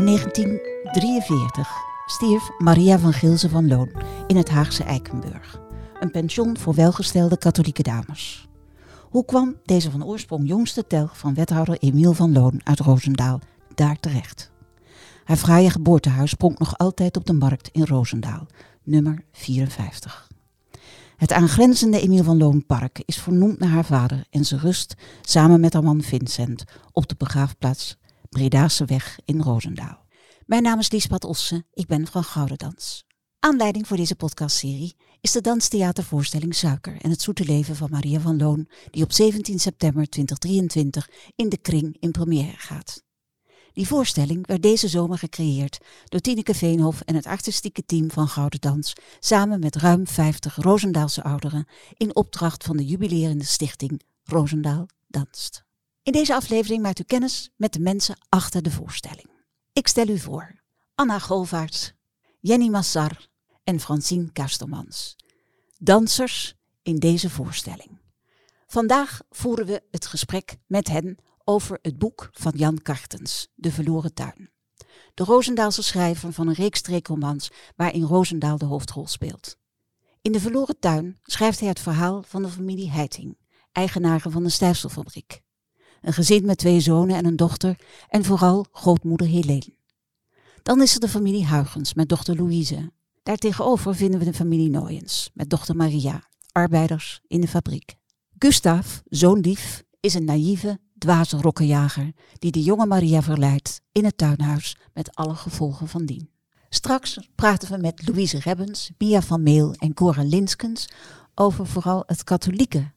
1943 stierf Maria van Gilze van Loon in het Haagse Eikenburg. Een pension voor welgestelde katholieke dames. Hoe kwam deze van oorsprong jongste telg van wethouder Emiel van Loon uit Roosendaal daar terecht? Haar fraaie geboortehuis pronkt nog altijd op de markt in Roosendaal, nummer 54. Het aangrenzende Emiel van Loon Park is vernoemd naar haar vader en ze rust samen met haar man Vincent op de begraafplaats Bredaseweg in Roosendaal. Mijn naam is Liesbeth Ossen, ik ben van Goudendans. Aanleiding voor deze podcastserie is de danstheatervoorstelling Suiker en het zoete leven van Maria van Loon, die op 17 september 2023 in de Kring in première gaat. Die voorstelling werd deze zomer gecreëerd door Tineke Veenhof en het artistieke team van Goudendans samen met ruim 50 Roosendaalse ouderen in opdracht van de jubilerende stichting Roosendaal Danst. In deze aflevering maakt u kennis met de mensen achter de voorstelling. Ik stel u voor Anna Golvaerts, Jenny Massar en Francine Kastermans. Dansers in deze voorstelling. Vandaag voeren we het gesprek met hen over het boek van Jan Kartens, De Verloren Tuin. De Roosendaalse schrijver van een reeks streekromans waarin Roosendaal de hoofdrol speelt. In De Verloren Tuin schrijft hij het verhaal van de familie Heiting, eigenaren van de stijfselfabriek. Een gezin met 2 zonen en een dochter en vooral grootmoeder Helene. Dan is er de familie Huygens met dochter Louise. Daartegenover vinden we de familie Nooyens met dochter Maria, arbeiders in de fabriek. Gustav, zoon Dief, is een naïeve, dwaze rokkenjager die de jonge Maria verleidt in het tuinhuis met alle gevolgen van dien. Straks praten we met Louise Rebbens, Mia van Meel en Cora Linskens over vooral het katholieke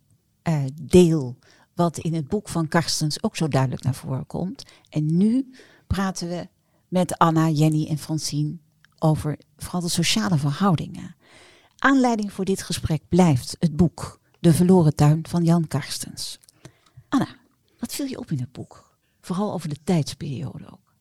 deel wat in het boek van Kartens ook zo duidelijk naar voren komt. En nu praten we met Anna, Jenny en Francine over vooral de sociale verhoudingen. Aanleiding voor dit gesprek blijft het boek De Verloren Tuin van Jan Kartens. Anna, wat viel je op in het boek? Vooral over de tijdsperiode ook.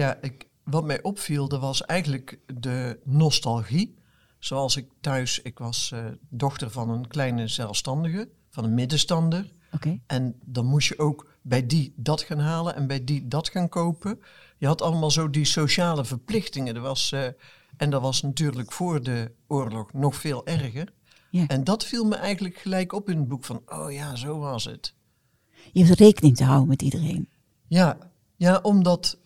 Wat mij opviel, dat was eigenlijk de nostalgie. Zoals ik was dochter van een kleine zelfstandige, van een middenstander. Okay. En dan moest je ook bij die dat gaan halen en bij die dat gaan kopen. Je had allemaal zo die sociale verplichtingen. Dat was natuurlijk voor de oorlog nog veel erger. Ja. En dat viel me eigenlijk gelijk op in het boek van, oh ja, zo was het. Je hebt rekening te houden met iedereen. Ja, omdat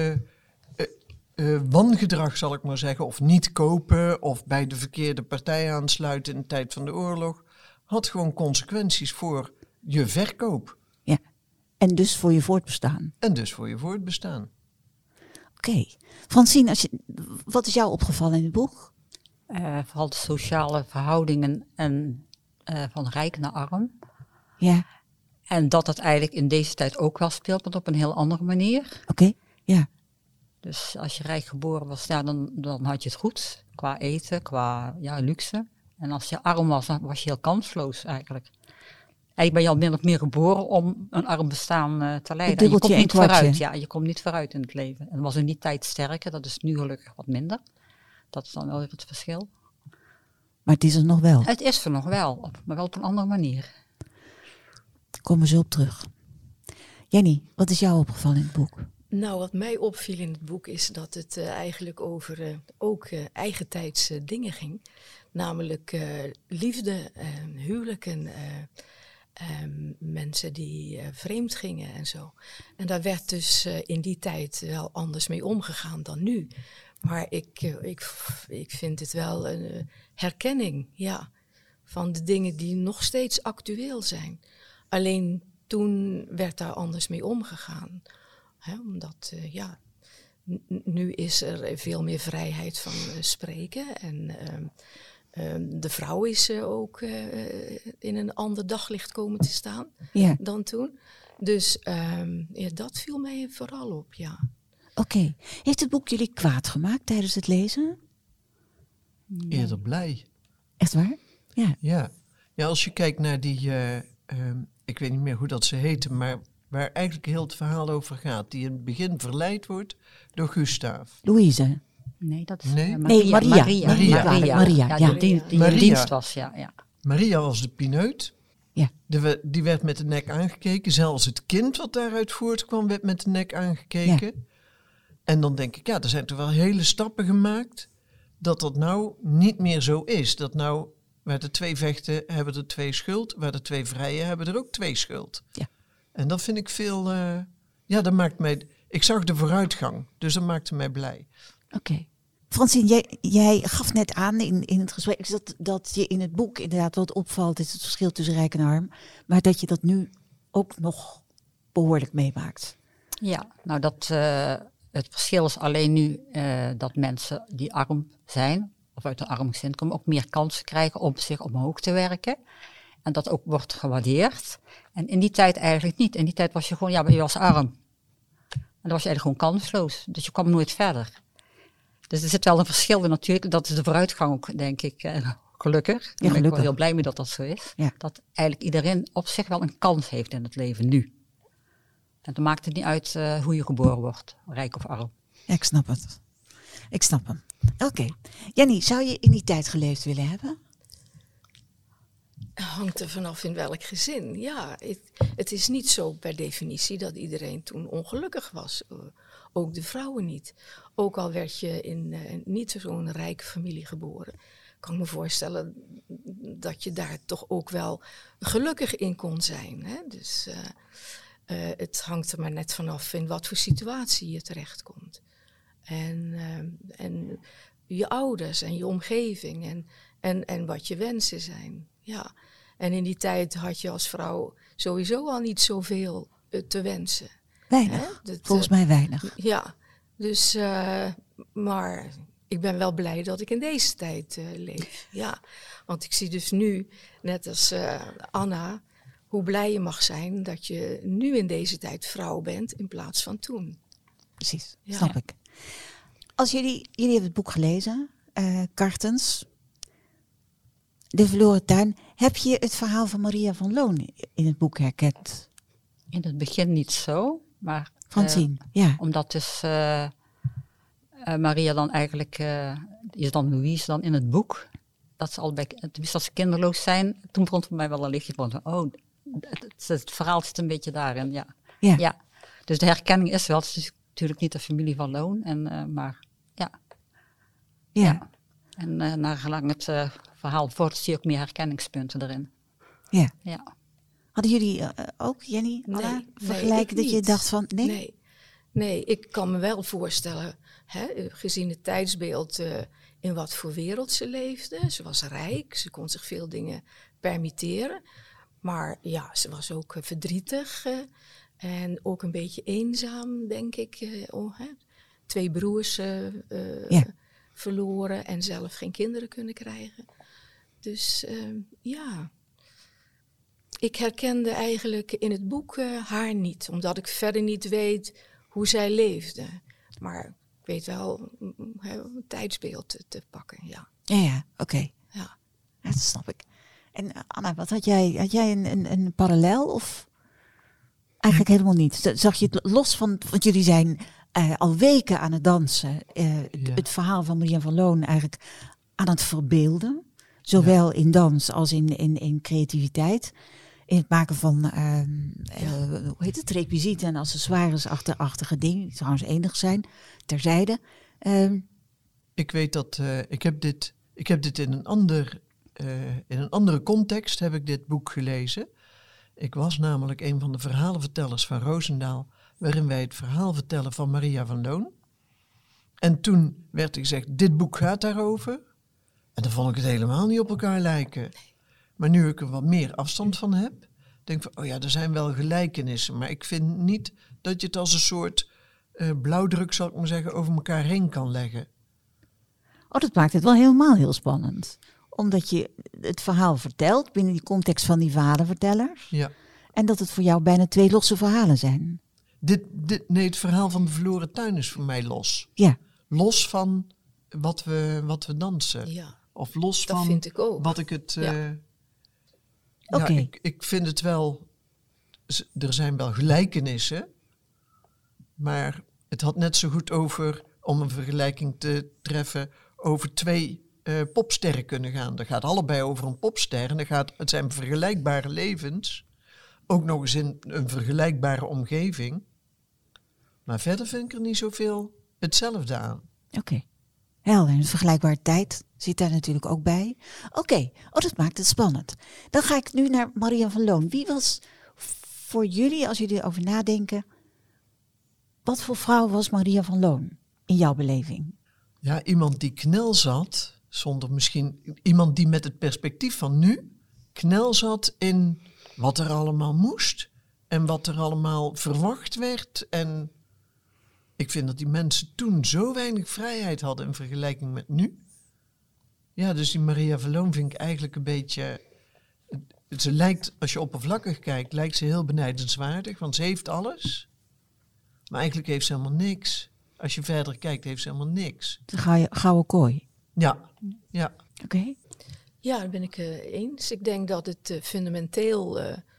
wangedrag, zal ik maar zeggen, of niet kopen of bij de verkeerde partij aansluiten in de tijd van de oorlog, had gewoon consequenties voor je verkoop. Ja, en dus voor je voortbestaan. Oké. Francine, wat is jou opgevallen in het boek? Vooral de sociale verhoudingen en van rijk naar arm. Ja. En dat het eigenlijk in deze tijd ook wel speelt, maar op een heel andere manier. Oké, ja. Dus als je rijk geboren was, dan had je het goed. Qua eten, qua luxe. En als je arm was, dan was je heel kansloos eigenlijk. Eigenlijk ben je al min of meer geboren om een arm bestaan te leiden. Je komt niet vooruit. Ja, je komt niet vooruit in het leven. En dat was in die tijd sterker. Dat is nu gelukkig wat minder. Dat is dan wel weer het verschil. Maar het is er nog wel. Het is er nog wel, maar wel op een andere manier. Komen ze op terug. Jenny, wat is jou opgevallen in het boek? Nou, wat mij opviel in het boek is dat het eigenlijk over eigentijdse dingen ging. Namelijk liefde, huwelijken, mensen die vreemd gingen en zo. En daar werd dus in die tijd wel anders mee omgegaan dan nu. Maar ik vind het wel een herkenning, van de dingen die nog steeds actueel zijn. Alleen toen werd daar anders mee omgegaan. Omdat, nu is er veel meer vrijheid van spreken. En de vrouw is ook in een ander daglicht komen te staan dan toen. Dus dat viel mij vooral op, Oké. Heeft het boek jullie kwaad gemaakt tijdens het lezen? Eerder blij. Echt waar? Ja. Ja, als je kijkt naar die, ik weet niet meer hoe dat ze heten, maar waar eigenlijk heel het verhaal over gaat. Die in het begin verleid wordt door Gustav. Louise. Nee, dat is Maria. Die in dienst was, ja. Maria was de pineut. Ja. Die werd met de nek aangekeken. Zelfs het kind wat daaruit voortkwam werd met de nek aangekeken. En dan denk ik, er zijn toch wel hele stappen gemaakt dat nou niet meer zo is. Dat nou, waar de 2 vechten, hebben er 2 schuld. Waar de 2 vrijen, hebben er ook 2 schuld. Ja. En dat vind ik veel, dat maakt mij... Ik zag de vooruitgang, dus dat maakte mij blij. Oké. Francine, jij gaf net aan in het gesprek dat je in het boek inderdaad wat opvalt, is het verschil tussen rijk en arm. Maar dat je dat nu ook nog behoorlijk meemaakt. Ja, nou het verschil is alleen nu dat mensen die arm zijn, of uit een arm gezin komen, ook meer kansen krijgen om zich omhoog te werken. En dat ook wordt gewaardeerd. En in die tijd eigenlijk niet. In die tijd was je gewoon, je was arm. En dan was je eigenlijk gewoon kansloos. Dus je kwam nooit verder. Dus er zit wel een verschil in natuurlijk. Dat is de vooruitgang ook, denk ik. Gelukkig. Daar ben ik wel heel blij mee dat dat zo is. Ja. Dat eigenlijk iedereen op zich wel een kans heeft in het leven nu. En dan maakt het niet uit hoe je geboren wordt. Rijk of arm. Ja, ik snap het. Ik snap hem. Oké. Jenny, zou je in die tijd geleefd willen hebben? Hangt er vanaf in welk gezin. Ja, het is niet zo per definitie dat iedereen toen ongelukkig was. Ook de vrouwen niet. Ook al werd je in niet zo'n rijke familie geboren, kan ik me voorstellen dat je daar toch ook wel gelukkig in kon zijn. Hè? Dus het hangt er maar net vanaf in wat voor situatie je terechtkomt. En je ouders en je omgeving en wat je wensen zijn. Ja. En in die tijd had je als vrouw sowieso al niet zoveel te wensen. Weinig, volgens mij weinig. Ja, dus, maar ik ben wel blij dat ik in deze tijd leef. Ja, want ik zie dus nu, net als Anna, hoe blij je mag zijn dat je nu in deze tijd vrouw bent in plaats van toen. Precies, snap ik. Als jullie hebben het boek gelezen, Kartens, De Verloren Tuin. Heb je het verhaal van Maria van Loon in het boek herkend? In het begin niet zo, maar... Francine, ja. Omdat dus Maria dan eigenlijk, is dan Louise dan in het boek, dat ze al tenminste dat ze kinderloos zijn, toen begon het voor mij wel een lichtje van, het verhaal zit een beetje daarin, ja. Dus de herkenning is wel, het is natuurlijk niet de familie van Loon, maar ja. En naar gelang het verhaal voort zie je ook meer herkenningspunten erin. Ja. Hadden jullie ook, Jenny, Anna, vergelijken dat je dacht van, Nee, ik kan me wel voorstellen, gezien het tijdsbeeld, in wat voor wereld ze leefde. Ze was rijk, ze kon zich veel dingen permitteren. Maar ja, ze was ook verdrietig en ook een beetje eenzaam, denk ik. 2 broers verloren en zelf geen kinderen kunnen krijgen. Dus ik herkende eigenlijk in het boek haar niet, omdat ik verder niet weet hoe zij leefde. Maar ik weet wel een tijdsbeeld te pakken, ja. Ja, oké. Ja, dat snap ik. En Anna, wat had jij? Had jij een parallel of eigenlijk helemaal niet? Zag je het los van, want jullie zijn al weken aan het dansen, het verhaal van Maria van Loon eigenlijk aan het verbeelden. Zowel in dans als in creativiteit. In het maken van hoe heet het, requisieten en accessoires-achtige dingen, die trouwens enig zijn, terzijde. Ik weet dat ik heb dit in een andere context heb ik dit boek gelezen. Ik was namelijk een van de verhalenvertellers van Roosendaal, waarin wij het verhaal vertellen van Maria van Loon. En toen werd er gezegd, dit boek gaat daarover. En dan vond ik het helemaal niet op elkaar lijken. Maar nu ik er wat meer afstand van heb, denk ik van, er zijn wel gelijkenissen. Maar ik vind niet dat je het als een soort blauwdruk, zal ik maar zeggen, over elkaar heen kan leggen. Dat maakt het wel helemaal heel spannend. Omdat je het verhaal vertelt binnen die context van die vadervertellers. Ja. En dat het voor jou bijna 2 losse verhalen zijn. Het verhaal van De Verloren Tuin is voor mij los. Ja. Los van wat we dansen. Ja. Of los dat van vind ik ook. Wat ik het... Oké. Ik vind het wel... Er zijn wel gelijkenissen. Maar het had net zo goed om een vergelijking te treffen, over 2 popsterren kunnen gaan. Dat gaat allebei over een popster. En het zijn vergelijkbare levens. Ook nog eens in een vergelijkbare omgeving. Maar verder vind ik er niet zoveel hetzelfde aan. Oké. Helder, een vergelijkbare tijd zit daar natuurlijk ook bij. Oké, dat maakt het spannend. Dan ga ik nu naar Maria van Loon. Wie was voor jullie, als jullie erover nadenken, wat voor vrouw was Maria van Loon in jouw beleving? Ja, iemand die knel zat, zonder misschien iemand die met het perspectief van nu knel zat in wat er allemaal moest en wat er allemaal verwacht werd. En ik vind dat die mensen toen zo weinig vrijheid hadden in vergelijking met nu. Ja, dus die Maria van Loon vind ik eigenlijk een beetje... Ze lijkt, als je oppervlakkig kijkt, lijkt ze heel benijdenswaardig, want ze heeft alles. Maar eigenlijk heeft ze helemaal niks. Als je verder kijkt, heeft ze helemaal niks. De gouden kooi. Ja. Oké. Ja, daar ben ik eens. Ik denk dat het fundamenteel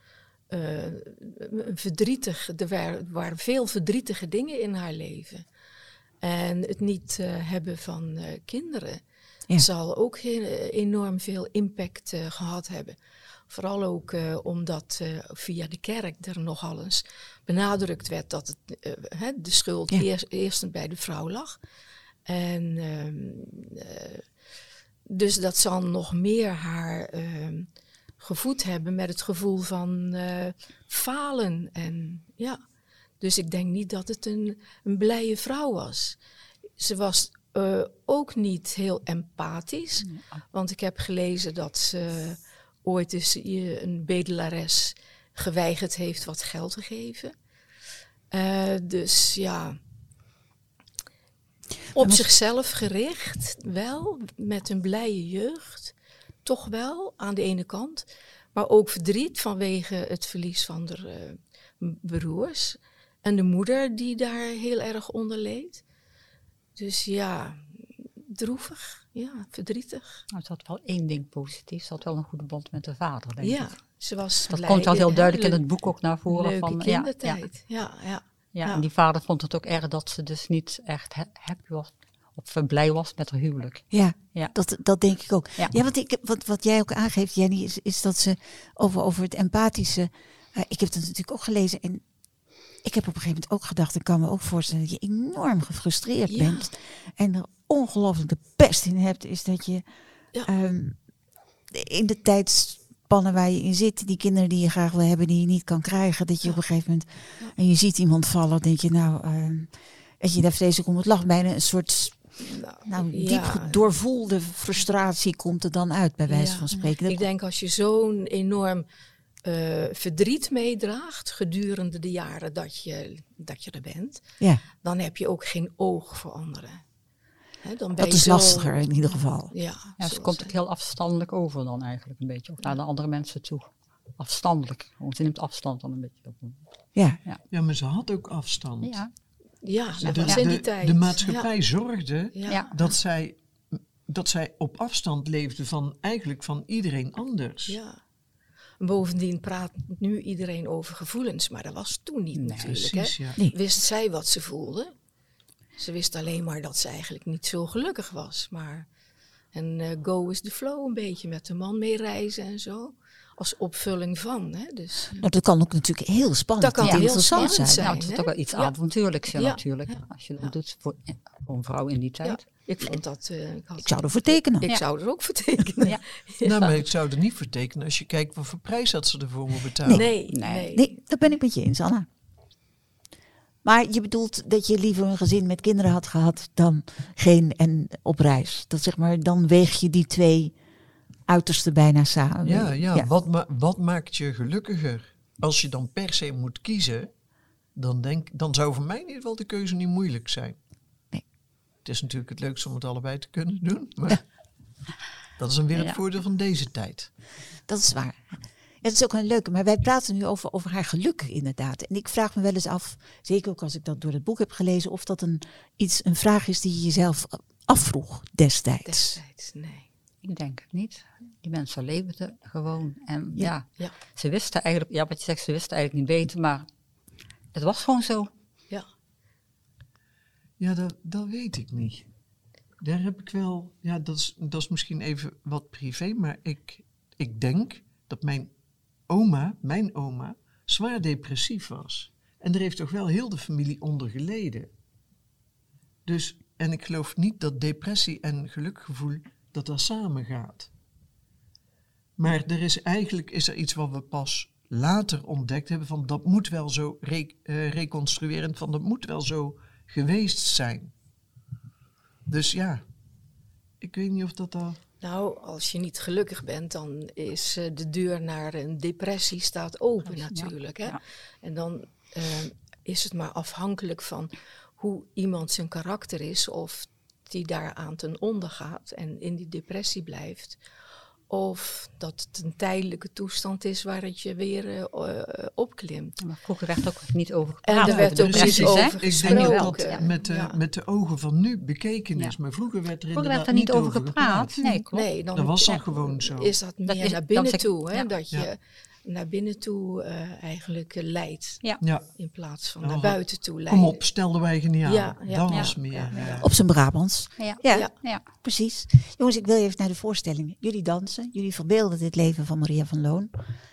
verdrietig... Er waren veel verdrietige dingen in haar leven. En het niet hebben van kinderen zal ook enorm veel impact gehad hebben. Vooral ook omdat via de kerk er nogal eens benadrukt werd dat de schuld eerst bij de vrouw lag. En dus dat zal nog meer haar gevoed hebben met het gevoel van falen. En ja, dus ik denk niet dat het een blije vrouw was. Ze was ook niet heel empathisch, want ik heb gelezen dat ze ooit eens een bedelares geweigerd heeft wat geld te geven. Dus ja, op zichzelf gericht wel, met een blije jeugd, toch wel aan de ene kant. Maar ook verdriet vanwege het verlies van de broers. En de moeder die daar heel erg onder leed. Dus ja, droevig, ja, verdrietig. Nou, ze had wel één ding positiefs. Ze had wel een goede band met de vader, denk ik. Ze was dat blij, komt wel heel duidelijk in het boek ook naar voren. Leuke van kindertijd, ja. En die vader vond het ook erg dat ze dus niet echt happy was of blij was met haar huwelijk. Ja. Ja. Dat denk ik ook. Ja. Ja, wat jij ook aangeeft, Jenny, is dat ze over het empathische... ik heb dat natuurlijk ook gelezen en ik heb op een gegeven moment ook gedacht, ik kan me ook voorstellen dat je enorm gefrustreerd bent en er ongelooflijk de pest in hebt, is dat je in de tijdspannen waar je in zit, die kinderen die je graag wil hebben, die je niet kan krijgen, dat je op een gegeven moment, en je ziet iemand vallen, denk je je daar vreselijk om het lacht, bijna een soort diep doorvoelde frustratie komt er dan uit, bij wijze van spreken. Ik denk als je zo'n enorm verdriet meedraagt gedurende de jaren dat je er bent, dan heb je ook geen oog voor anderen. Dan ben dat is lastiger in ieder geval. Ja, ze komt ook heel afstandelijk over dan eigenlijk een beetje, of naar de andere mensen toe. Afstandelijk, ze neemt afstand dan een beetje op. Ja, maar ze had ook afstand. Ja, dat was in die tijd. De maatschappij zorgde dat zij op afstand leefde van iedereen anders. Ja. Bovendien praat nu iedereen over gevoelens, maar dat was toen niet natuurlijk. Precies, Wist zij wat ze voelde? Ze wist alleen maar dat ze eigenlijk niet zo gelukkig was. En go with the flow een beetje, met de man mee reizen en zo. Als opvulling van. Dus, dat kan ook natuurlijk heel spannend en interessant zijn. Nou, het is toch wel iets avontuurlijks natuurlijk. Als je dat doet voor een vrouw in die tijd. Ik vond dat... ik zou ervoor tekenen. Ik zou er ook voor tekenen. Nou, maar ik zou er niet voor tekenen als je kijkt wat voor prijs dat ze ervoor moet betalen. Nee, dat ben ik met je eens, Anna. Maar je bedoelt dat je liever een gezin met kinderen had gehad dan geen en op reis. Dat zeg maar, dan weeg je die twee uitersten bijna samen. Ja. Wat maakt je gelukkiger? Als je dan per se moet kiezen, dan zou voor mij in ieder geval de keuze niet moeilijk zijn. Nee. Het is natuurlijk het leukste om het allebei te kunnen doen, maar dat is dan weer het voordeel van deze tijd. Dat is waar. Het is ook een leuke, maar wij praten nu over haar geluk inderdaad. En ik vraag me wel eens af, zeker ook als ik dat door het boek heb gelezen, of dat een vraag is die je jezelf afvroeg destijds. Destijds, nee. Ik denk het niet. Die mensen leefden gewoon. En ze wisten eigenlijk, wat je zegt, ze wisten eigenlijk niet beter, maar het was gewoon zo. Ja, dat weet ik niet. Daar heb ik wel, dat is misschien even wat privé, maar ik denk dat mijn oma, zwaar depressief was. En daar heeft toch wel heel de familie onder geleden. Dus, en ik geloof niet dat depressie en gelukgevoel, dat samen gaat. Maar eigenlijk is er iets wat we pas later ontdekt hebben, van dat moet wel zo reconstruerend, van dat moet wel zo geweest zijn. Dus ja, ik weet niet of dat al... Nou, als je niet gelukkig bent, dan is de deur naar een depressie staat open natuurlijk. Hè? Ja. En dan is het maar afhankelijk van hoe iemand zijn karakter is, of die daaraan ten onder gaat en in die depressie blijft. Of dat het een tijdelijke toestand is waar het je weer opklimt. Maar vroeger werd ook niet over En gepraat. er werd ook depressies, niet hè? over Ik denk gesproken. dat dat met de ogen van nu bekeken is. Ja. Maar vroeger werd er Vroeger inderdaad werd er niet over gepraat. Nee, klopt. Nee, dan Dat was al gewoon zo. is dat meer is- naar binnen dat is- toe. Hè? ja. Dat je Ja. naar binnen toe eigenlijk leidt. Ja, In plaats van Ja, naar buiten toe leiden. kom op, stelden wij niet aan. Ja, Dat ja. was meer... Ja. Op zijn Brabants. Ja. Ja, Ja. Ja. precies. Jongens, ik wil even naar de voorstelling. Jullie dansen, jullie verbeelden dit leven van Maria van Loon.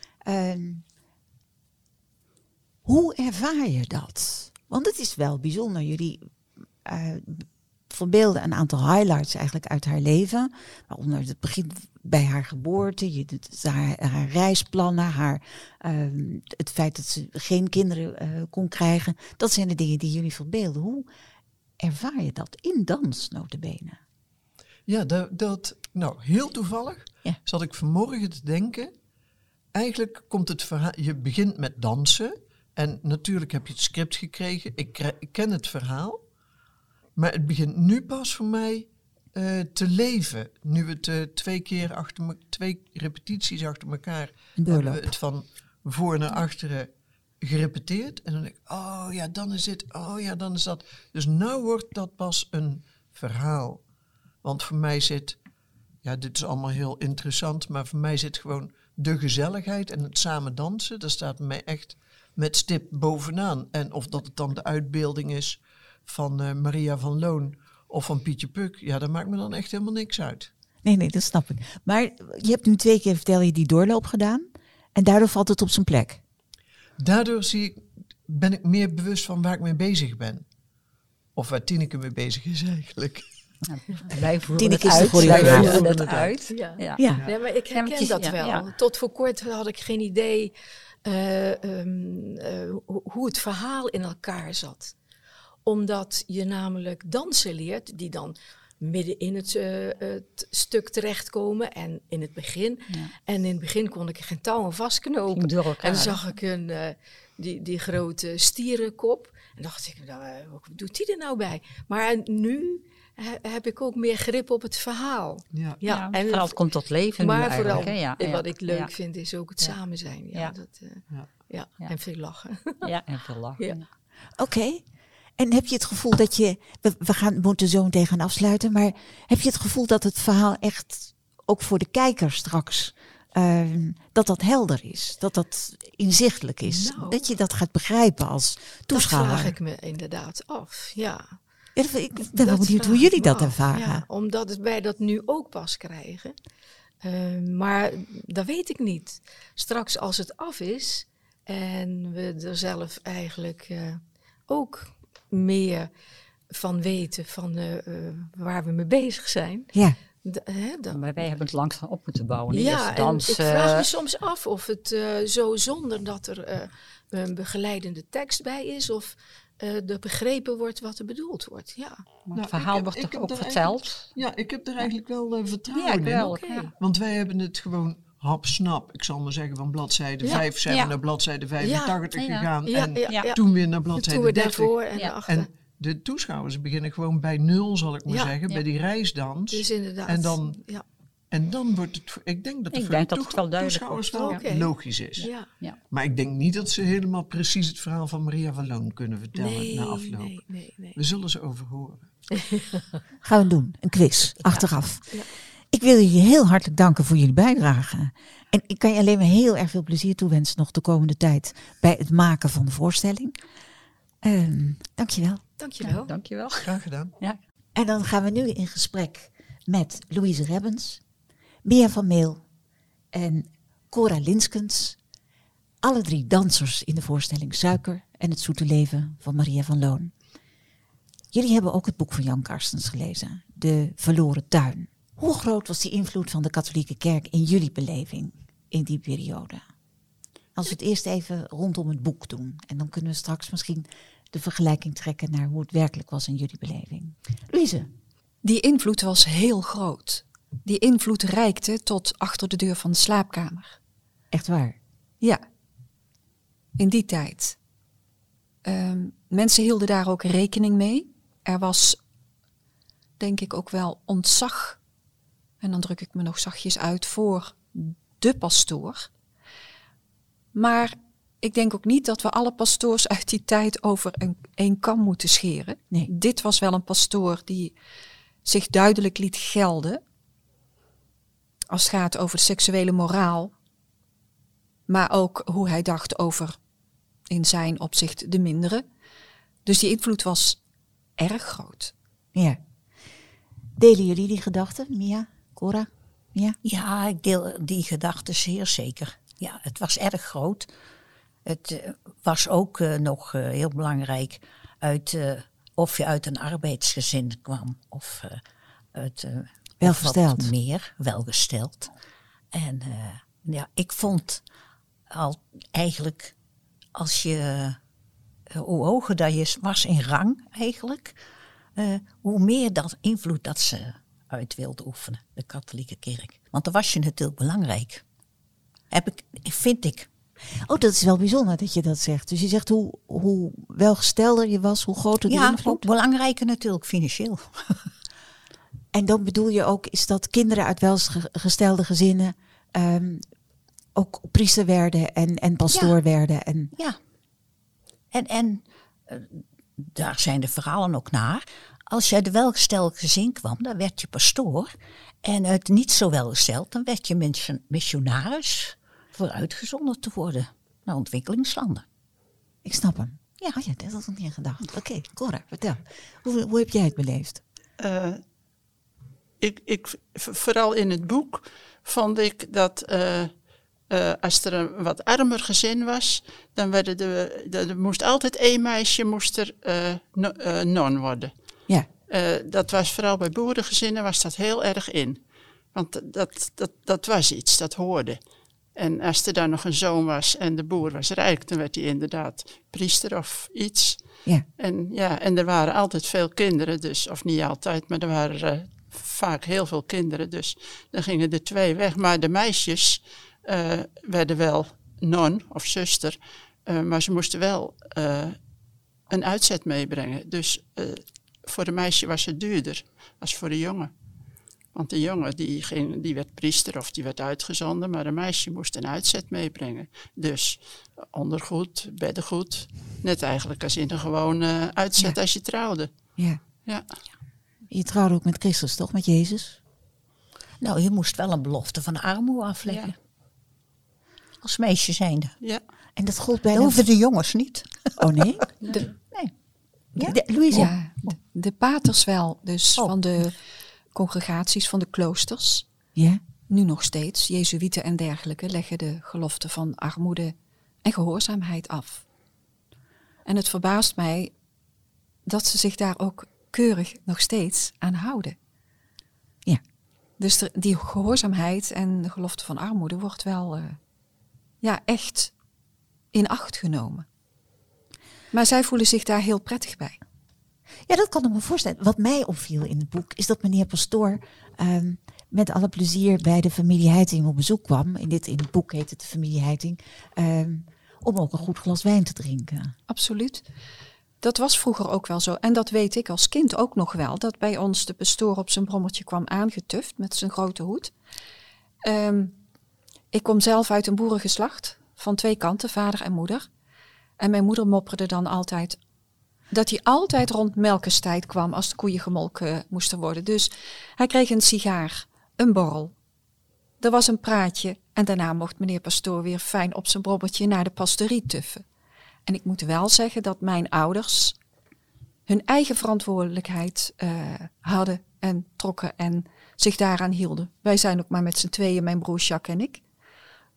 Hoe ervaar je dat? Want het is wel bijzonder. Jullie verbeelden een aantal highlights eigenlijk uit haar leven. Waaronder het begin bij haar geboorte, je doet haar reisplannen, het feit dat ze geen kinderen kon krijgen. Dat zijn de dingen die jullie verbeelden. Hoe ervaar je dat in dans, nota bene? Ja, nou, heel toevallig zat ik vanmorgen te denken. Eigenlijk komt het verhaal, je begint met dansen. En natuurlijk heb je het script gekregen. Ik ken het verhaal. Maar het begint nu pas voor mij te leven. Nu we het twee repetities achter elkaar hebben we het van voor naar achteren gerepeteerd. En dan denk ik, oh ja, dan is dit, oh ja, dan is dat. Dus nou wordt dat pas een verhaal. Want voor mij zit, ja, dit is allemaal heel interessant, maar voor mij zit gewoon de gezelligheid en het samen dansen. Dat staat mij echt met stip bovenaan. En of dat het dan de uitbeelding is van Maria van Loon of van Pietje Puk, ja, dat maakt me dan echt helemaal niks uit. Nee, dat snap ik. Maar je hebt nu 2 keer, vertel je, die doorloop gedaan. En daardoor valt het op zijn plek. Daardoor ben ik meer bewust van waar ik mee bezig ben. Of waar Tineke mee bezig is eigenlijk. Wij voeren Tineke het is de uit. Wij choreograaf. voeren het uit. Ja. Ja. Ja. Nee, maar ik Ja, maar herken het is- dat ja, wel. ja. Tot voor kort had ik geen idee hoe het verhaal in elkaar zat. Omdat je namelijk dansen leert, die dan midden in het stuk terechtkomen en in het begin. Ja. En in het begin kon ik er geen touwen vastknopen. Ging door elkaar. En dan zag ik die grote stierenkop. En dacht ik, nou, wat doet die er nou bij? Maar nu heb ik ook meer grip op het verhaal. Ja. Ja, en vooral het komt tot leven nu maar eigenlijk. vooral, Hè? Ja, wat ik leuk ja. vind, is ook het Ja. samen zijn. Ja, Ja. Ja. Ja. En veel lachen. Ja, en veel lachen. Ja. Oké. En heb je het gevoel dat je... We moeten zo meteen gaan afsluiten. Maar heb je het gevoel dat het verhaal echt ook voor de kijker straks... dat helder is? Dat dat inzichtelijk is? Nou. Dat je dat gaat begrijpen als Dat toeschouwer? vraag ik me inderdaad af, ja. Ja, ik ben wel benieuwd hoe vraag jullie ik me dat af, ervaren. Ja, omdat wij dat nu ook pas krijgen. Maar dat weet ik niet. Straks als het af is en we er zelf eigenlijk ook meer van weten van waar we mee bezig zijn. Ja. Dan, Maar wij hebben het langzaam op moeten bouwen. ja, Eerst en dansen. ik vraag me soms af of het zo zonder dat er een begeleidende tekst bij is of er begrepen wordt wat er bedoeld wordt. Ja. Maar Nou, het verhaal ik wordt heb toch ook er verteld? Ja, ik heb er eigenlijk wel vertrouwen Ja, ik in. wel. Oké. Ja. Want wij hebben het gewoon hapsnap. Ik zal maar zeggen, van bladzijde Ja. 5 zijn we Ja. naar bladzijde 85 Ja. gegaan. Ja, en ja, ja. toen weer naar De bladzijde toer 30. daarvoor en Ja. daarachter. En de toeschouwers beginnen gewoon bij 0, zal ik maar Ja. zeggen. Ja. Bij die reisdans. Dus inderdaad. En dan- ja. En dan wordt het... Ik denk dat het Ik voor denk de dat het wel duidelijk toeschouwers wordt. wel Oké. logisch is. Ja. Maar ik denk niet dat ze helemaal precies het verhaal van Maria van Loon kunnen vertellen Nee, na afloop. nee. We zullen ze over horen. Gaan we doen. Een quiz. Achteraf. Ja. Ik wil jullie heel hartelijk danken voor jullie bijdrage. En ik kan je alleen maar heel erg veel plezier toewensen nog de komende tijd bij het maken van de voorstelling. Dankjewel. Dankjewel. Dankjewel. Graag gedaan. Ja. En dan gaan we nu in gesprek met Louise Rebbens, Mia van Meel en Cora Linskens. Alle 3 dansers in de voorstelling Suiker en het zoete leven van Maria van Loon. Jullie hebben ook het boek van Jan Karstens gelezen, De Verloren Tuin. Hoe groot was die invloed van de katholieke kerk in jullie beleving in die periode? Als we het eerst even rondom het boek doen. En dan kunnen we straks misschien de vergelijking trekken naar hoe het werkelijk was in jullie beleving. Louise? Die invloed was heel groot. Die invloed reikte tot achter de deur van de slaapkamer. Echt waar? Ja, in die tijd. Mensen hielden daar ook rekening mee. Er was, denk ik, ook wel ontzag. En dan druk ik me nog zachtjes uit voor de pastoor. Maar ik denk ook niet dat we alle pastoors uit die tijd over een kam moeten scheren. Nee. Dit was wel een pastoor die zich duidelijk liet gelden. Als het gaat over de seksuele moraal. Maar ook hoe hij dacht over in zijn opzicht de minderen. Dus die invloed was erg groot. Ja. Delen jullie die gedachten, Mia, Cora? Mia? Ja, ik deel die gedachten zeer zeker. Ja, het was erg groot. Het was ook nog heel belangrijk of je uit een arbeidsgezin kwam of uit Welgesteld. wat meer welgesteld. En ja, ik vond al eigenlijk als je hoe hoger dat je was in rang eigenlijk, hoe meer dat invloed dat ze uit wilde oefenen, de katholieke kerk. Want dan was je natuurlijk belangrijk. Vind ik. Oh, dat is wel bijzonder dat je dat zegt. Dus je zegt hoe welgestelder je was, hoe groter de Ja, invloed. ook belangrijker natuurlijk financieel. En dan bedoel je ook, is dat kinderen uit welgestelde gezinnen ook priester werden en pastoor werden. En Ja. En daar zijn de verhalen ook naar. Als je uit een welgesteld gezin kwam, dan werd je pastoor. En uit niet zo welgesteld, dan werd je missionaris voor uitgezonden te worden naar ontwikkelingslanden. ik snap hem. Ja. Oh ja, dat had ik niet aan gedacht. Oké, Cora, vertel. Hoe heb jij het beleefd? Vooral in het boek vond ik dat als er een wat armer gezin was, dan er moest altijd één meisje non worden. Ja. Dat was vooral bij boerengezinnen was dat heel erg in. Want dat was iets, dat hoorde. En als er dan nog een zoon was en de boer was rijk, dan werd hij inderdaad priester of iets. Ja. En er waren altijd veel kinderen, dus, of niet altijd, maar er waren vaak heel veel kinderen. Dus dan gingen er 2 weg. Maar de meisjes werden wel non of zuster, maar ze moesten wel een uitzet meebrengen. Dus voor een meisje was het duurder als voor een jongen. Want de jongen die werd priester of die werd uitgezonden, maar een meisje moest een uitzet meebrengen. Dus ondergoed, beddengoed, net eigenlijk als in een gewone uitzet als je trouwde. Ja. Ja. Je trouwde ook met Christus, toch? Met Jezus? Nou, je moest wel een belofte van de armoede afleggen. Ja. Als meisje zijnde. Ja. En dat gold Dat bijna... hoeven de jongens niet. Oh nee? Nee. Ja. Louise? Ja, de paters wel. Dus Oh. van de congregaties, van de kloosters. Ja? Nu nog steeds, jezuïeten en dergelijke, leggen de gelofte van armoede en gehoorzaamheid af. En het verbaast mij dat ze zich daar ook keurig nog steeds aan houden. Ja. Dus die gehoorzaamheid en de gelofte van armoede wordt wel echt in acht genomen. Maar zij voelen zich daar heel prettig bij. Ja, dat kan ik me voorstellen. Wat mij opviel in het boek is dat meneer Pastoor met alle plezier bij de familie Heiting op bezoek kwam. In het boek heet het de familie Heiting. Om ook een goed glas wijn te drinken. Absoluut. Dat was vroeger ook wel zo. En dat weet ik als kind ook nog wel. Dat bij ons de pastoor op zijn brommertje kwam aangetuft met zijn grote hoed. Ik kom zelf uit een boerengeslacht. Van 2 kanten, vader en moeder. En mijn moeder mopperde dan altijd dat hij altijd rond melkenstijd kwam als de koeien gemolken moesten worden. Dus hij kreeg een sigaar, een borrel. Er was een praatje en daarna mocht meneer pastoor weer fijn op zijn brommertje naar de pastorie tuffen. En ik moet wel zeggen dat mijn ouders hun eigen verantwoordelijkheid hadden en trokken en zich daaraan hielden. Wij zijn ook maar met z'n tweeën, mijn broer Jacques en ik.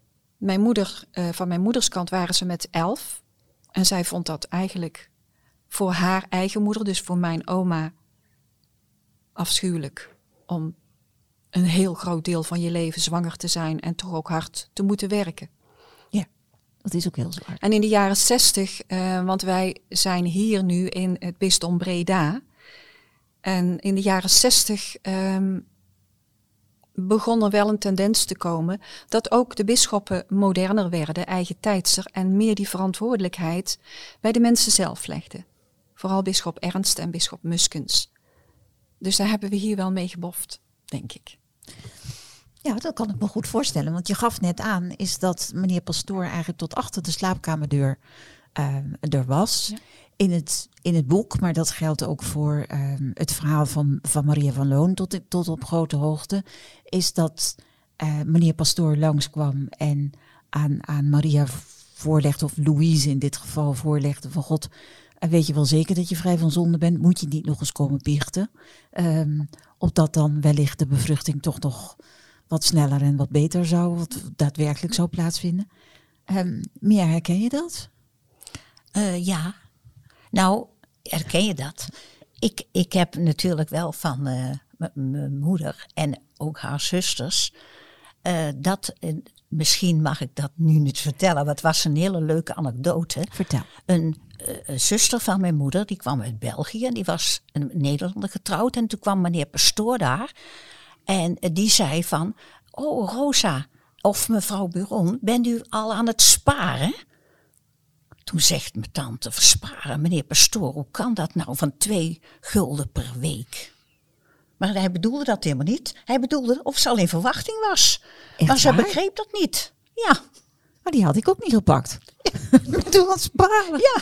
Van mijn moeders kant waren ze met 11. En zij vond dat eigenlijk voor haar eigen moeder, dus voor mijn oma, afschuwelijk om een heel groot deel van je leven zwanger te zijn en toch ook hard te moeten werken. Dat is ook heel zwaar. En in de jaren 60, want wij zijn hier nu in het bisdom Breda. En in de jaren 60 begon er wel een tendens te komen dat ook de bisschoppen moderner werden, eigentijdser en meer die verantwoordelijkheid bij de mensen zelf legden. Vooral bisschop Ernst en bisschop Muskens. Dus daar hebben we hier wel mee geboft, denk ik. Ja, dat kan ik me goed voorstellen. Want je gaf net aan, is dat meneer Pastoor eigenlijk tot achter de slaapkamerdeur er was. Ja. In het boek, maar dat geldt ook voor het verhaal van Maria van Loon tot op grote hoogte, is dat meneer Pastoor langskwam en aan Maria voorlegde, of Louise in dit geval voorlegde, van God, weet je wel zeker dat je vrij van zonde bent? Moet je niet nog eens komen biechten? Opdat dan wellicht de bevruchting toch nog wat sneller en wat beter wat daadwerkelijk zou plaatsvinden. Mia, herken je dat? Ja. Nou, herken je dat? Ik heb natuurlijk wel van mijn moeder en ook haar zusters, misschien mag ik dat nu niet vertellen, want het was een hele leuke anekdote. Vertel. Een zuster van mijn moeder, die kwam uit België en die was een Nederlander getrouwd. En toen kwam meneer Pastoor daar en die zei van, oh Rosa of mevrouw Buron, bent u al aan het sparen? Toen zegt mijn tante, versparen, meneer Pastoor, hoe kan dat nou van 2 gulden per week? Maar hij bedoelde dat helemaal niet. Hij bedoelde of ze al in verwachting was. Echt maar ze waar? begreep dat niet. Ja. Maar die had ik ook niet gepakt. Toen was sparen. Ja.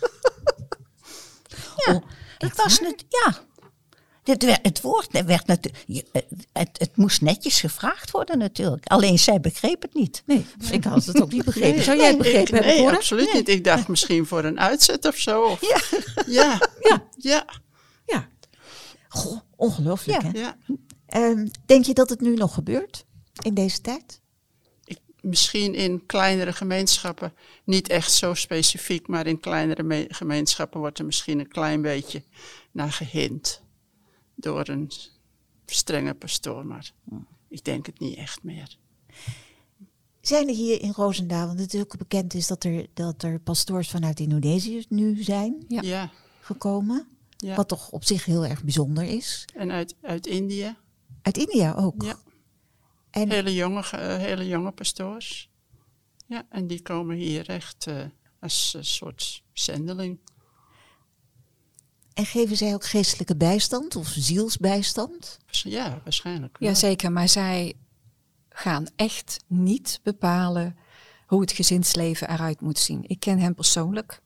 Ja, Oh, het was net, ja. Het woord werd natuurlijk, het moest netjes gevraagd worden natuurlijk. Alleen zij begreep het niet. Nee, ik had het ook niet begrepen. Zou jij het begrepen hebben, Nee, Cora? absoluut niet. Ik dacht misschien voor een uitzet of zo. Of, Ja. ja. Ja. Goh, ongelooflijk Ja. hè? ja. Denk je dat het nu nog gebeurt in deze tijd? Misschien in kleinere gemeenschappen, niet echt zo specifiek, maar in kleinere gemeenschappen wordt er misschien een klein beetje naar gehind door een strenge pastoor, maar ik denk het niet echt meer. Zijn er hier in Roosendaal, want het is ook bekend is dat er pastoors vanuit Indonesië nu zijn Ja. Ja, gekomen, ja. wat toch op zich heel erg bijzonder is. En uit India, Uit India ook. ja. En Hele jonge pastoors. Ja, en die komen hier echt als een soort zendeling. En geven zij ook geestelijke bijstand of zielsbijstand? Ja, waarschijnlijk wel. Jazeker, maar zij gaan echt niet bepalen hoe het gezinsleven eruit moet zien. Ik ken hem persoonlijk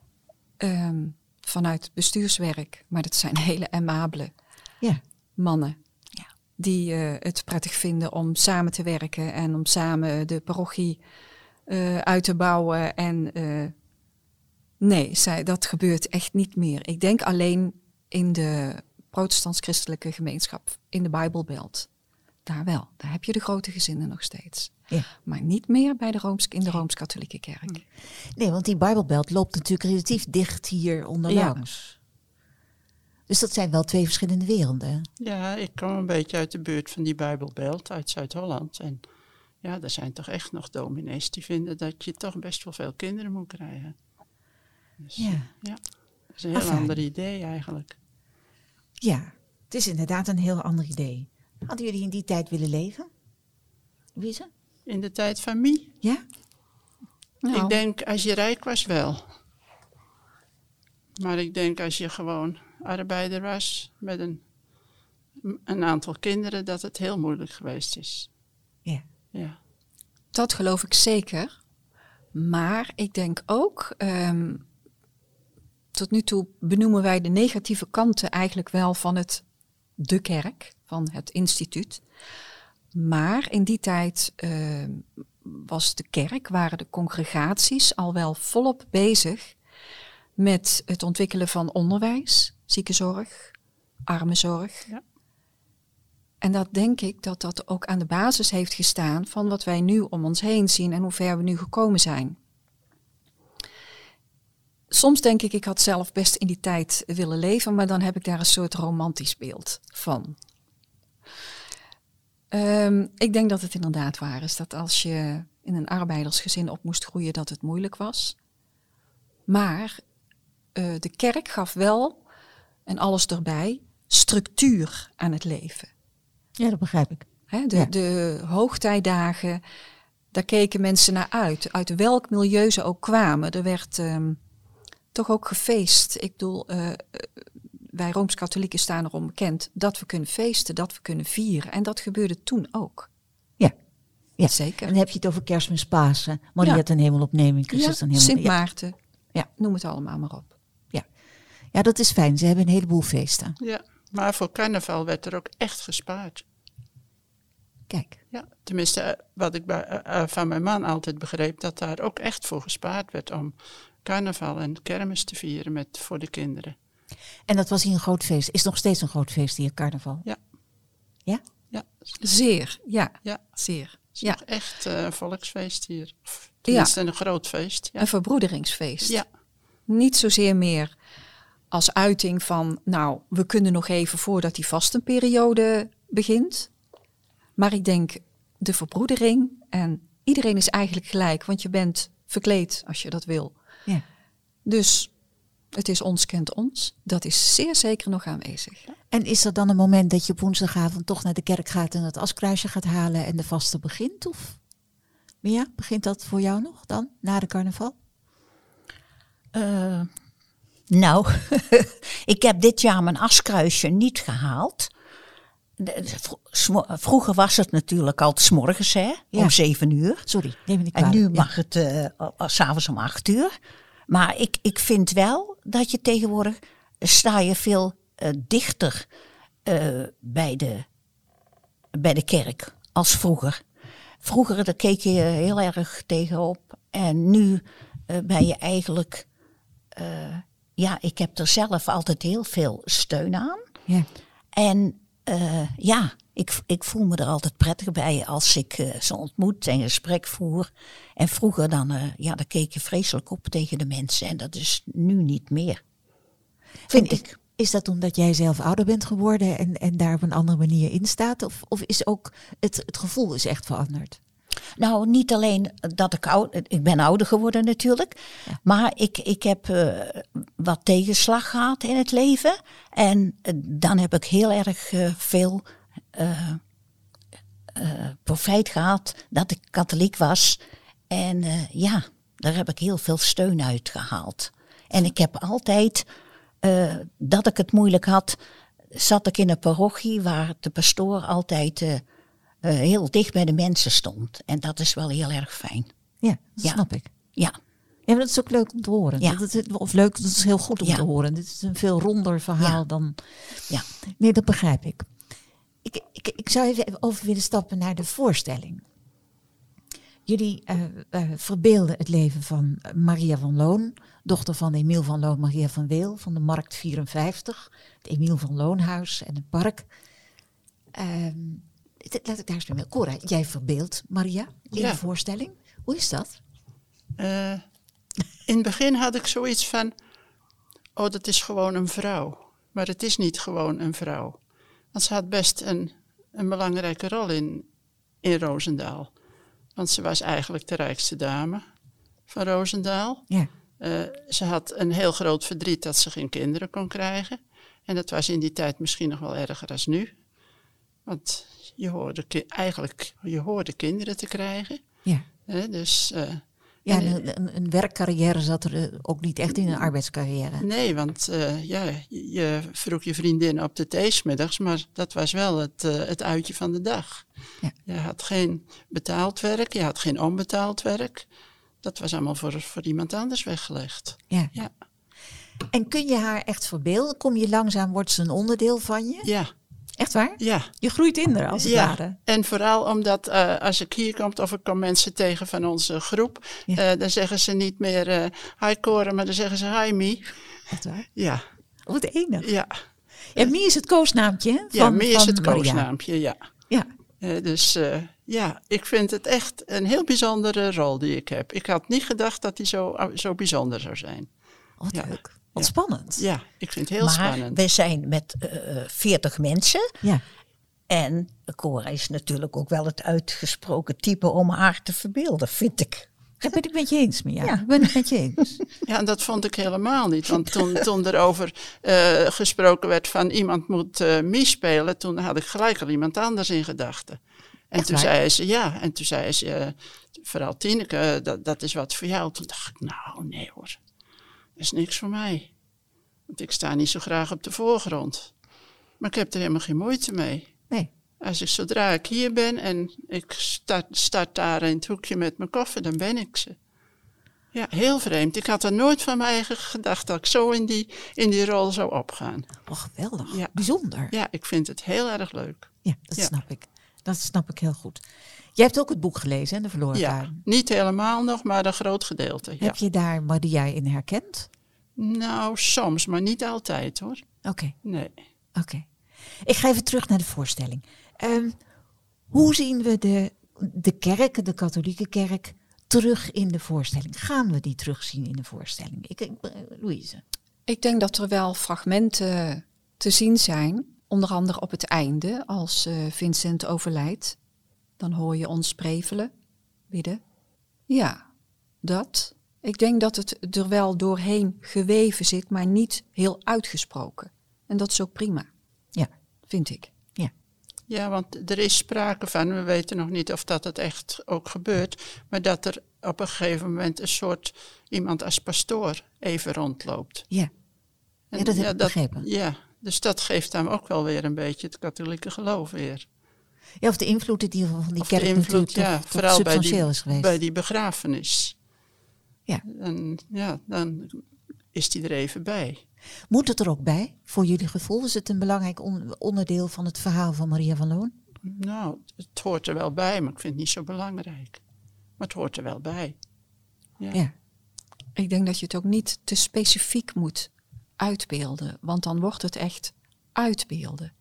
vanuit bestuurswerk, maar dat zijn hele amabele Ja. mannen. Die het prettig vinden om samen te werken en om samen de parochie uit te bouwen. En nee, dat gebeurt echt niet meer. Ik denk alleen in de protestants-christelijke gemeenschap, in de Bijbelbelt. Daar wel, daar heb je de grote gezinnen nog steeds. Ja. Maar niet meer bij in de Rooms-Katholieke Kerk. Nee, want die Bijbelbelt loopt natuurlijk relatief dicht hier onderlangs. Dus dat zijn wel 2 verschillende werelden. Ja, ik kom een beetje uit de buurt van die Bijbelbelt, uit Zuid-Holland. En ja, er zijn toch echt nog dominees die vinden dat je toch best wel veel kinderen moet krijgen. Dus, Ja. dat is een heel Afijn. ander idee eigenlijk. Ja, het is inderdaad een heel ander idee. Hadden jullie in die tijd willen leven? Louise? In de tijd van Mie, Ja? Nou, ik denk als je rijk was wel. Maar ik denk als je gewoon arbeider was met een aantal kinderen, dat het heel moeilijk geweest is. Ja. Ja. dat geloof ik zeker. Maar ik denk ook, tot nu toe benoemen wij de negatieve kanten eigenlijk wel van de kerk, van het instituut. Maar in die tijd was de kerk, waren de congregaties al wel volop bezig met het ontwikkelen van onderwijs, ziekenzorg, armenzorg. Ja. En dat denk ik dat dat ook aan de basis heeft gestaan van wat wij nu om ons heen zien en hoe ver we nu gekomen zijn. soms denk ik had zelf best in die tijd willen leven, maar dan heb ik daar een soort romantisch beeld van. Ik denk dat het inderdaad waar is dat als je in een arbeidersgezin op moest groeien, dat het moeilijk was. Maar de kerk gaf wel, en alles erbij, structuur aan het leven. Ja, dat begrijp ik. Hè, Ja. de hoogtijdagen, daar keken mensen naar uit welk milieu ze ook kwamen. Er werd toch ook gefeest. Ik bedoel, wij Rooms-Katholieken staan erom bekend dat we kunnen feesten, dat we kunnen vieren. En dat gebeurde toen ook. Ja. Ja. Zeker. En dan heb je het over Kerstmis, Pasen, Maria Ja. ten Hemelopneming, Christus ten Hemel. Sint Maarten. Ja. Noem het allemaal maar op. Ja, dat is fijn. Ze hebben een heleboel feesten. Ja, maar voor carnaval werd er ook echt gespaard. Kijk. Ja, tenminste, wat ik van mijn man altijd begreep, dat daar ook echt voor gespaard werd om carnaval en kermis te vieren voor de kinderen. En dat was hier een groot feest. Is nog steeds een groot feest hier, carnaval? Ja. Ja? Ja, Zeer, ja. ja. Zeer. Het is Ja. nog echt een volksfeest hier. Of tenminste een groot feest. Ja. Een verbroederingsfeest. Ja. Niet zozeer meer als uiting van, nou, we kunnen nog even voordat die vastenperiode begint. Maar ik denk, de verbroedering en iedereen is eigenlijk gelijk, want je bent verkleed als je dat wil. Ja. Dus het is ons kent ons. Dat is zeer zeker nog aanwezig. En is er dan een moment dat je op woensdagavond toch naar de kerk gaat en het askruisje gaat halen en de vaste begint? Of Mia, begint dat voor jou nog dan, na de carnaval? Nou, ik heb dit jaar mijn askruisje niet gehaald. Vroeger was het natuurlijk al 's morgens, hè, Ja. om 7 uur. Sorry, neem me niet En kwalijk. nu mag het 's avonds om 8 uur. Maar ik vind wel dat je tegenwoordig sta je veel dichter bij de kerk als vroeger. Vroeger daar keek je heel erg tegenop. En nu ben je eigenlijk... ik heb er zelf altijd heel veel steun aan. Ja. En ik voel me er altijd prettig bij als ik ze ontmoet en gesprek voer. En vroeger dan keek je vreselijk op tegen de mensen. En dat is nu niet meer. Vind ik. Is dat omdat jij zelf ouder bent geworden en daar op een andere manier in staat? Of is ook het gevoel is echt veranderd? Nou, niet alleen dat ik ben ouder geworden natuurlijk. Ja. Maar ik heb wat tegenslag gehad in het leven. En dan heb ik heel erg veel profijt gehad dat ik katholiek was. En daar heb ik heel veel steun uit gehaald. En ik heb altijd, dat ik het moeilijk had, zat ik in een parochie waar de pastoor altijd heel dicht bij de mensen stond. En dat is wel heel erg fijn. Ja, dat Ja. snap ik. Ja, Ja, maar dat is ook leuk om te horen. Ja. Of leuk, dat is heel goed om Ja. te horen. Dit is een veel ronder verhaal Ja. dan... ja. Nee, dat begrijp ik. Ik zou even over willen stappen naar de voorstelling. Jullie verbeelden het leven van Maria van Loon, dochter van Emiel van Loon, Maria van Weel, van de Markt 54, het Emiel van Loonhuis en het park. Laat ik daar eens mee. Cora, jij verbeeldt Maria in Ja. de voorstelling. Hoe is dat? In het begin had ik zoiets van, dat is gewoon een vrouw. Maar het is niet gewoon een vrouw. Want ze had best een belangrijke rol in Roosendaal. Want ze was eigenlijk de rijkste dame van Roosendaal. Ja. Ze had een heel groot verdriet dat ze geen kinderen kon krijgen. En dat was in die tijd misschien nog wel erger dan nu. Want je hoorde kinderen te krijgen. Ja. Dus... Ja, een werkcarrière zat er ook niet echt in, een arbeidscarrière. Nee, want je vroeg je vriendin op de thee 's middags, maar dat was wel het uitje van de dag. Ja. Je had geen betaald werk, je had geen onbetaald werk. Dat was allemaal voor iemand anders weggelegd. Ja. Ja. En kun je haar echt verbeelden? Kom je langzaam, wordt ze een onderdeel van je? Ja, Echt waar? ja. Je groeit in haar, als het Ja, ware. en vooral omdat als ik hier kom of ik kom mensen tegen van onze groep, Ja. dan zeggen ze niet meer hi Cora, maar dan zeggen ze hi Mie. Echt waar? Ja, Wat enig. ja. En Mie is het koosnaampje, hè? Ja, Mie is van het Maria. koosnaampje, ja. Ja. Dus ik vind het echt een heel bijzondere rol die ik heb. Ik had niet gedacht dat die zo bijzonder zou zijn. Wat Ja. leuk. Wat Ja. spannend. Ja, ik vind het heel maar spannend. we zijn met 40 mensen. Ja. En Cora is natuurlijk ook wel het uitgesproken type om haar te verbeelden, vind ik. Dat ben ik met je eens, Mia. Ja. Ik ben het met je eens. Ja, en dat vond ik helemaal niet. Want toen er over gesproken werd van iemand moet Mie spelen, toen had ik gelijk al iemand anders in gedachten. En Echt toen waar? zei ze, ja, en toen zei ze, vooral Tineke, dat is wat voor jou. Toen dacht ik, nou nee hoor, dat is niks voor mij. Want ik sta niet zo graag op de voorgrond. Maar ik heb er helemaal geen moeite mee. Nee. Zodra ik hier ben en ik start daar in het hoekje met mijn koffer, dan ben ik ze. Ja, heel vreemd. Ik had er nooit van mij gedacht dat ik zo in die rol zou opgaan. Oh, geweldig. Ja. Bijzonder. Ja, ik vind het heel erg leuk. Ja, dat Ja. snap ik. Dat snap ik heel goed. Jij hebt ook het boek gelezen, hè, De Verloren Ja, Tuin. niet helemaal nog, maar een groot gedeelte. Ja. Heb je daar Maria in herkend? Nou, soms, maar niet altijd hoor. Oké. Nee. Oké. Ik ga even terug naar de voorstelling. Hoe zien we de kerk, de katholieke kerk, terug in de voorstelling? Gaan we die terugzien in de voorstelling? Louise. Ik denk dat er wel fragmenten te zien zijn. Onder andere op het einde, als Vincent overlijdt. Dan hoor je ons prevelen, bidden. Ja, dat. Ik denk dat het er wel doorheen geweven zit, maar niet heel uitgesproken. En dat is ook prima, Ja. vind ik. Ja, want er is sprake van, we weten nog niet of dat het echt ook gebeurt, maar dat er op een gegeven moment een soort iemand als pastoor even rondloopt. Ja. En Ja, dat heb ik begrepen. Ja, dus dat geeft hem ook wel weer een beetje het katholieke geloof weer. Ja, of de invloed die van die Of de kerk invloed, natuurlijk ja, toch vooral substantieel is geweest. bij die begrafenis. Ja. En ja, dan is die er even bij. Moet het er ook bij, voor jullie gevoel? Is het een belangrijk onderdeel van het verhaal van Maria van Loon? Nou, het hoort er wel bij, maar ik vind het niet zo belangrijk. Maar het hoort er wel bij. Ja. Ja. Ik denk dat je het ook niet te specifiek moet uitbeelden, want dan wordt het echt uitbeelden.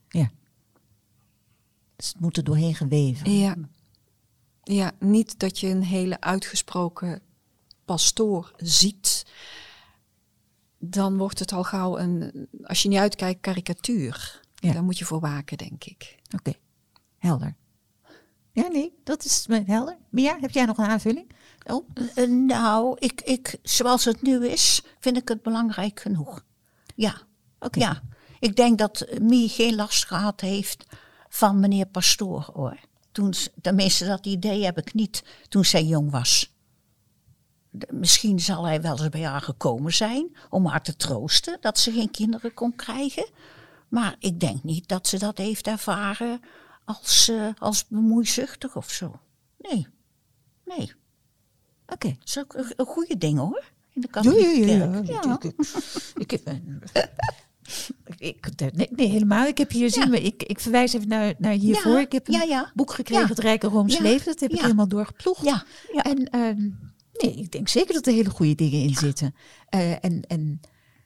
Dus het moet er doorheen geweven. Ja. Ja, niet dat je een hele uitgesproken pastoor ziet. Dan wordt het al gauw een, als je niet uitkijkt, karikatuur. Ja. Daar moet je voor waken, denk ik. Oké, helder. Ja, nee, dat is helder. Mia, heb jij nog een aanvulling? Oh, Nou, ik, zoals het nu is, vind ik het belangrijk genoeg. Ja, oké. ja. Ik denk dat Mie geen last gehad heeft van meneer Pastoor, hoor. Tenminste, dat idee heb ik niet toen zij jong was. Misschien zal hij wel eens bij haar gekomen zijn om haar te troosten dat ze geen kinderen kon krijgen. Maar ik denk niet dat ze dat heeft ervaren als bemoeizuchtig of zo. Nee. Oké. Dat is ook een goede ding, hoor. In de katholieke kerk. Ja. Ik heb nee, helemaal. Ik heb hier zien we. Ik verwijs even naar hiervoor. Ja, ik heb een ja. boek gekregen, Ja. Het Rijke Rooms Ja. Leven. Dat heb ik Ja. helemaal doorgeploegd. Ja. En nee, ik denk zeker dat er hele goede dingen in zitten. En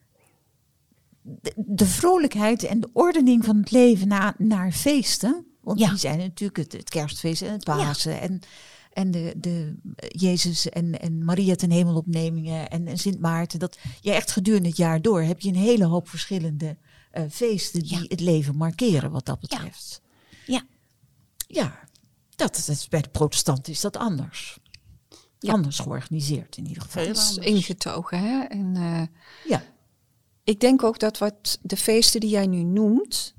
de vrolijkheid en de ordening van het leven naar feesten. Want Ja. die zijn natuurlijk het kerstfeest en het Pasen. En de Jezus en Maria ten hemelopnemingen en Sint Maarten. Dat je echt gedurende het jaar door heb je een hele hoop verschillende feesten die het leven markeren wat dat betreft. Ja. Ja, dat is, bij de protestanten is dat anders. Ja. Anders georganiseerd in ieder geval. Veel Dat is anders. ingetogen, hè? En Ja, ik denk ook dat wat de feesten die jij nu noemt,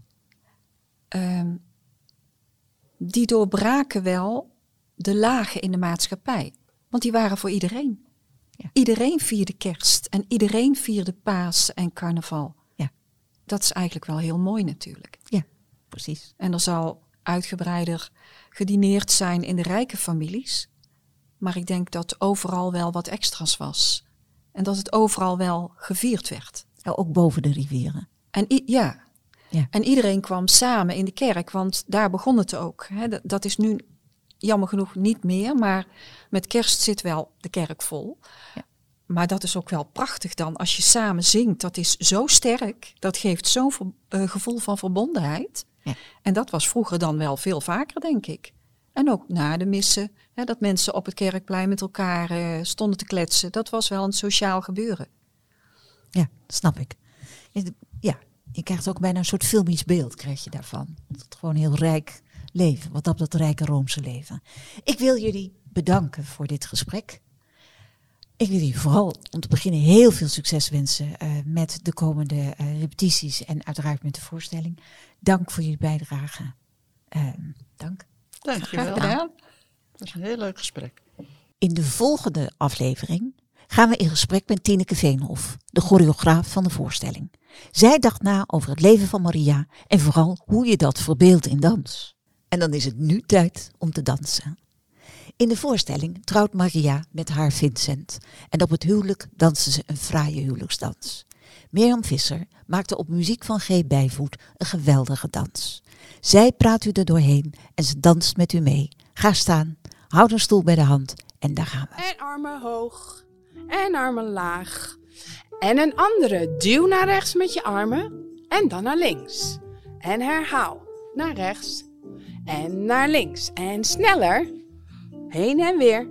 die doorbraken wel de lagen in de maatschappij. Want die waren voor iedereen. Ja. Iedereen vierde kerst en iedereen vierde paas en carnaval. Ja. Dat is eigenlijk wel heel mooi natuurlijk. precies. En er zal uitgebreider gedineerd zijn in de rijke families. Maar ik denk dat overal wel wat extra's was. En dat het overal wel gevierd werd. Ja, ook boven de rivieren. En Ja. En iedereen kwam samen in de kerk, want daar begon het ook. Hè. Dat is nu jammer genoeg niet meer, maar met kerst zit wel de kerk vol. Ja. Maar dat is ook wel prachtig dan, als je samen zingt. Dat is zo sterk, dat geeft zo'n gevoel van verbondenheid. Ja. En dat was vroeger dan wel veel vaker, denk ik. En ook na de missen, hè, dat mensen op het kerkplein met elkaar stonden te kletsen. Dat was wel een sociaal gebeuren. Ja, snap ik. Ja, je krijgt ook bijna een soort filmisch beeld, krijg je daarvan. Het is gewoon een heel rijk leven, wat dat rijke Roomse leven. Ik wil jullie bedanken voor dit gesprek. Ik wil jullie vooral om te beginnen heel veel succes wensen met de komende repetities en uiteraard met de voorstelling. Dank voor jullie bijdrage. Dank. Dankjewel. Gedaan. Dat was een heel leuk gesprek. In de volgende aflevering gaan we in gesprek met Tineke Veenhof, de choreograaf van de voorstelling. Zij dacht na over het leven van Maria en vooral hoe je dat verbeeldt in dans. En dan is het nu tijd om te dansen. In de voorstelling trouwt Maria met haar Vincent en op het huwelijk dansen ze een fraaie huwelijksdans. Mirjam Visser maakte op muziek van G. Bijvoet een geweldige dans. Zij praat u er doorheen en ze danst met u mee. Ga staan, houd een stoel bij de hand en daar gaan we. En armen hoog en armen laag. En een andere duw naar rechts met je armen en dan naar links. En herhaal naar rechts en naar links. En sneller, heen en weer.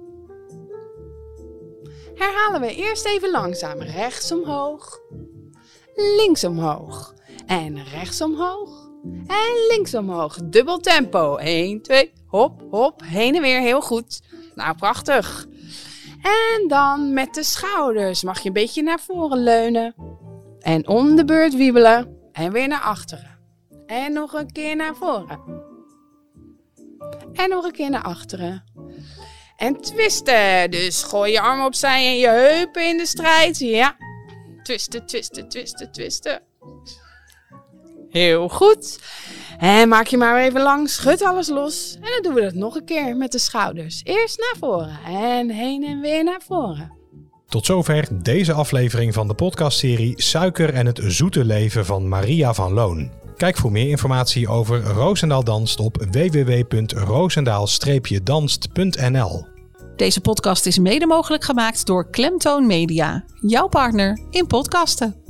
Herhalen we eerst even langzaam. Rechts omhoog, links omhoog en rechts omhoog en links omhoog. Dubbel tempo. 1, 2, hop, hop, heen en weer. Heel goed. Nou, prachtig. En dan met de schouders mag je een beetje naar voren leunen. En om de beurt wiebelen. En weer naar achteren. En nog een keer naar voren. En nog een keer naar achteren. En twisten. Dus gooi je armen opzij en je heupen in de strijd. Ja. Twisten, twisten, twisten, twisten. Heel goed. En maak je maar weer even lang. Schud alles los. En dan doen we dat nog een keer met de schouders. Eerst naar voren. En heen en weer naar voren. Tot zover deze aflevering van de podcastserie Suiker en het zoete leven van Maria van Loon. Kijk voor meer informatie over Roosendaal Danst op www.roosendaal-danst.nl. Deze podcast is mede mogelijk gemaakt door Klemtoon Media, jouw partner in podcasten.